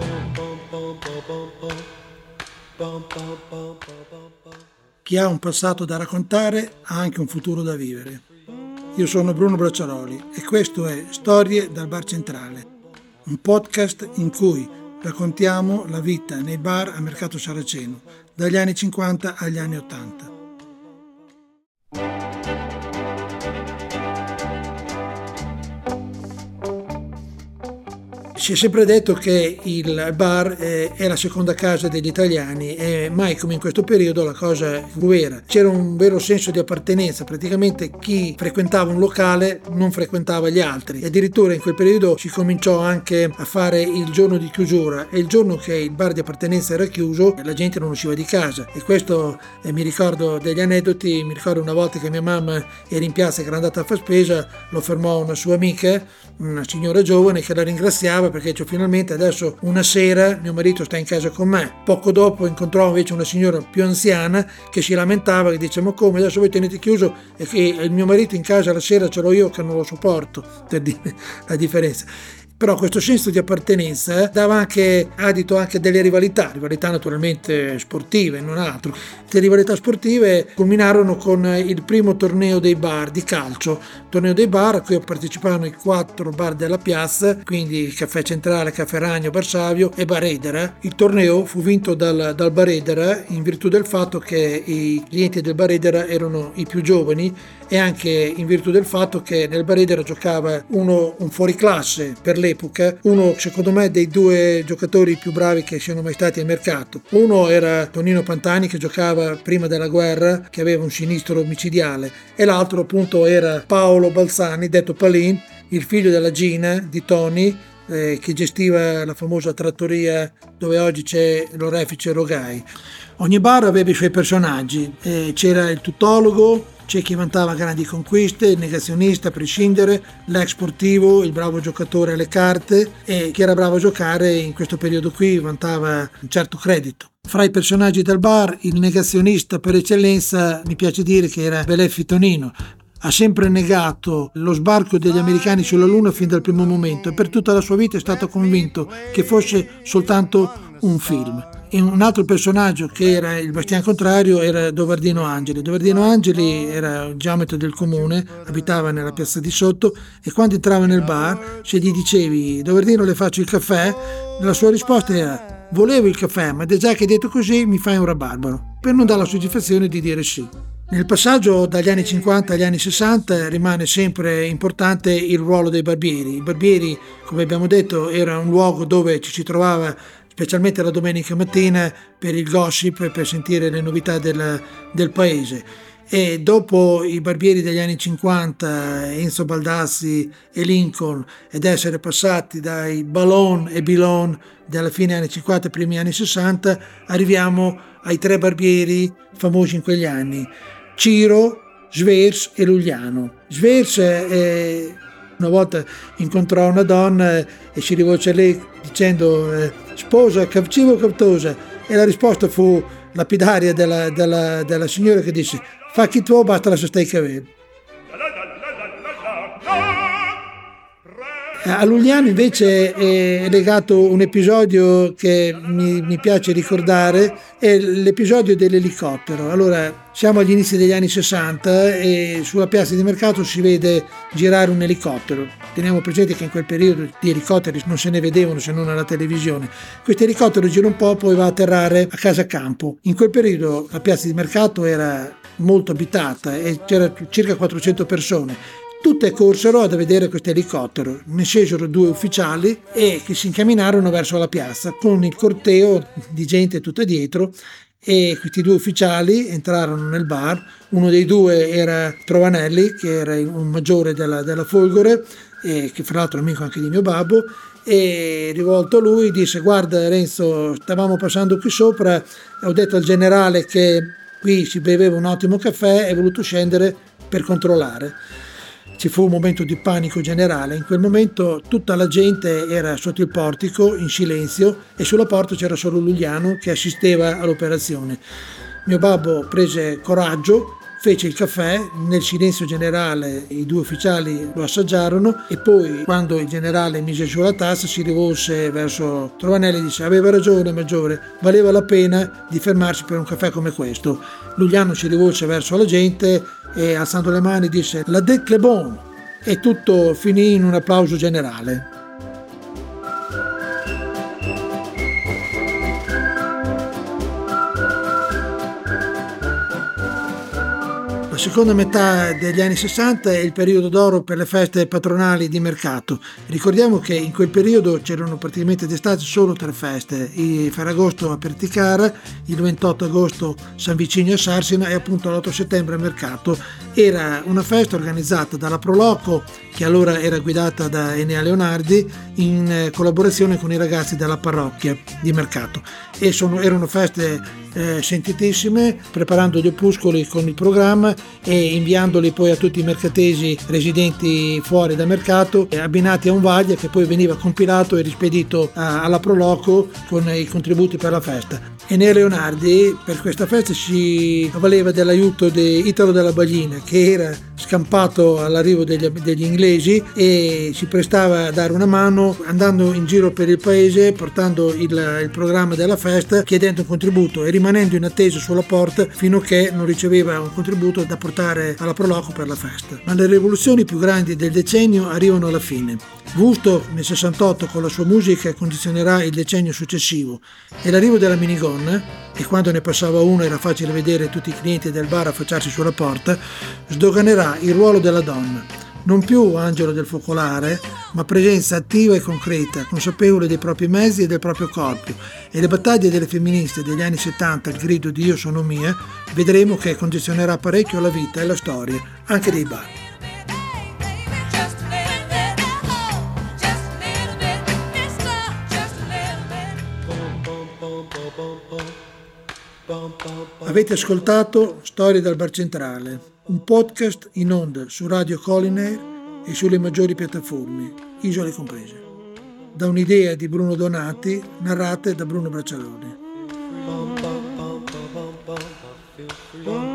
Chi ha un passato da raccontare ha anche un futuro da vivere. Io sono Bruno Bracciaroli e questo è Storie dal Bar Centrale, un podcast in cui raccontiamo la vita nei bar a Mercato Saraceno, dagli anni 50 agli anni 80. Si è sempre detto che il bar è la seconda casa degli italiani e mai come in questo periodo la cosa fu vera. C'era un vero senso di appartenenza, praticamente chi frequentava un locale non frequentava gli altri. E addirittura in quel periodo si cominciò anche a fare il giorno di chiusura e il giorno che il bar di appartenenza era chiuso la gente non usciva di casa. E questo mi ricordo degli aneddoti, mi ricordo una volta che mia mamma era in piazza che era andata a fare spesa, lo fermò una sua amica, una signora giovane che la ringraziava perché finalmente adesso una sera mio marito sta in casa con me. Poco dopo incontrò invece una signora più anziana che si lamentava, che dice: ma come adesso voi tenete chiuso e che il mio marito in casa la sera ce l'ho io che non lo sopporto, per dire la differenza. Però questo senso di appartenenza dava anche adito anche delle rivalità naturalmente sportive, non altro. Le rivalità sportive culminarono con il primo torneo dei bar di calcio, torneo dei bar a cui partecipavano i 4 bar della piazza, quindi Caffè Centrale, Caffè Ragno, Bar Savio e Bar Edera. Il torneo fu vinto dal Bar Edera in virtù del fatto che i clienti del Bar Edera erano i più giovani e anche in virtù del fatto che nel Bar Edera giocava un fuoriclasse per l'epoca, uno secondo me dei 2 giocatori più bravi che siano mai stati al mercato. Uno era Tonino Pantani che giocava prima della guerra, che aveva un sinistro micidiale, e l'altro appunto era Paolo Balzani, detto Palin, il figlio della Gina di Tony, che gestiva la famosa trattoria dove oggi c'è l'orefice Rogai. Ogni bar aveva i suoi personaggi, c'era il tutologo, c'è chi vantava grandi conquiste, il negazionista a prescindere, l'ex sportivo, il bravo giocatore alle carte, e chi era bravo a giocare in questo periodo qui vantava un certo credito. Fra i personaggi del bar, il negazionista per eccellenza, mi piace dire che era Beleffi Tonino. Ha sempre negato lo sbarco degli americani sulla Luna fin dal primo momento e per tutta la sua vita è stato convinto che fosse soltanto un film. E un altro personaggio che era il bastian contrario era Dovardino Angeli. Dovardino Angeli era un geometra del comune, abitava nella piazza di sotto e quando entrava nel bar, se gli dicevi: Dovardino, le faccio il caffè, la sua risposta era: volevo il caffè, ma già che hai detto così mi fai un rabarbaro, per non dare la soddisfazione di dire sì. Nel passaggio dagli anni 50 agli anni 60 rimane sempre importante il ruolo dei barbieri. I barbieri, come abbiamo detto, era un luogo dove ci si trovava specialmente la domenica mattina per il gossip e per sentire le novità del paese. E dopo i barbieri degli anni 50, Enzo Baldassi e Lincoln, ed essere passati dai Ballon e Bilon della fine anni 50 e primi anni 60, arriviamo ai 3 barbieri famosi in quegli anni: Ciro, Svers e Lugliano. Svers una volta incontrò una donna e si rivolse a lei dicendo: sposa, capcivo o captosa? E la risposta fu lapidaria della signora che disse: fa chi tu, basta lascia stare i capelli. A Lugliano invece è legato un episodio che mi piace ricordare, è l'episodio dell'elicottero. Allora, siamo agli inizi degli anni 60 e sulla piazza di mercato si vede girare un elicottero. Teniamo presente che in quel periodo di elicotteri non se ne vedevano se non alla televisione. Questo elicottero gira un po', poi va a atterrare a Casa Campo. In quel periodo la piazza di mercato era molto abitata e c'era circa 400 persone. Tutte corsero ad vedere questo elicottero, ne scesero 2 ufficiali e che si incamminarono verso la piazza con il corteo di gente tutta dietro, e questi 2 ufficiali entrarono nel bar. Uno dei 2 era Trovanelli, che era un maggiore della Folgore, che fra l'altro è amico anche di mio babbo, e rivolto a lui disse: guarda Renzo, stavamo passando qui sopra, ho detto al generale che qui si beveva un ottimo caffè e ho voluto scendere per controllare. Ci fu un momento di panico generale. In quel momento tutta la gente era sotto il portico in silenzio e sulla porta c'era solo Lugliano che assisteva all'operazione. Mio babbo prese coraggio, fece il caffè, nel silenzio generale i due ufficiali lo assaggiarono e poi quando il generale mise giù la tazza si rivolse verso Trovanelli e disse: aveva ragione maggiore, valeva la pena di fermarsi per un caffè come questo. Lugliano si rivolse verso la gente e alzando le mani disse: la dette le bon, e tutto finì in un applauso generale. La seconda metà degli anni 60 è il periodo d'oro per le feste patronali di mercato. Ricordiamo che in quel periodo c'erano praticamente d'estate solo 3 feste: il Ferragosto a Perticara, il 28 agosto San Vicinio a Sarsina e appunto l'8 settembre a Mercato. Era una festa organizzata dalla Proloco, che allora era guidata da Enea Leonardi, in collaborazione con i ragazzi della parrocchia di Mercato. E erano feste sentitissime, preparando gli opuscoli con il programma e inviandoli poi a tutti i mercatesi residenti fuori da Mercato, abbinati a un vaglio che poi veniva compilato e rispedito alla Proloco con i contributi per la festa. Enea Leonardi per questa festa si avvaleva dell'aiuto di Italo della Baglina, che era scampato all'arrivo degli inglesi e si prestava a dare una mano andando in giro per il paese portando il programma della festa, chiedendo un contributo e rimanendo in attesa sulla porta fino a che non riceveva un contributo da portare alla Proloco per la festa. Ma le rivoluzioni più grandi del decennio arrivano alla fine. Woodstock nel 68 con la sua musica condizionerà il decennio successivo e l'arrivo della minigonna, e quando ne passava uno era facile vedere tutti i clienti del bar affacciarsi sulla porta, sdoganerà il ruolo della donna, non più angelo del focolare, ma presenza attiva e concreta, consapevole dei propri mezzi e del proprio corpo. E le battaglie delle femministe degli anni 70, il grido di io sono mia, vedremo che condizionerà parecchio la vita e la storia anche dei bar. Avete ascoltato Storie dal Bar Centrale, un podcast in onda su Radio Collinaire e sulle maggiori piattaforme, isole comprese. Da un'idea di Bruno Donati, narrate da Bruno Braccialoni.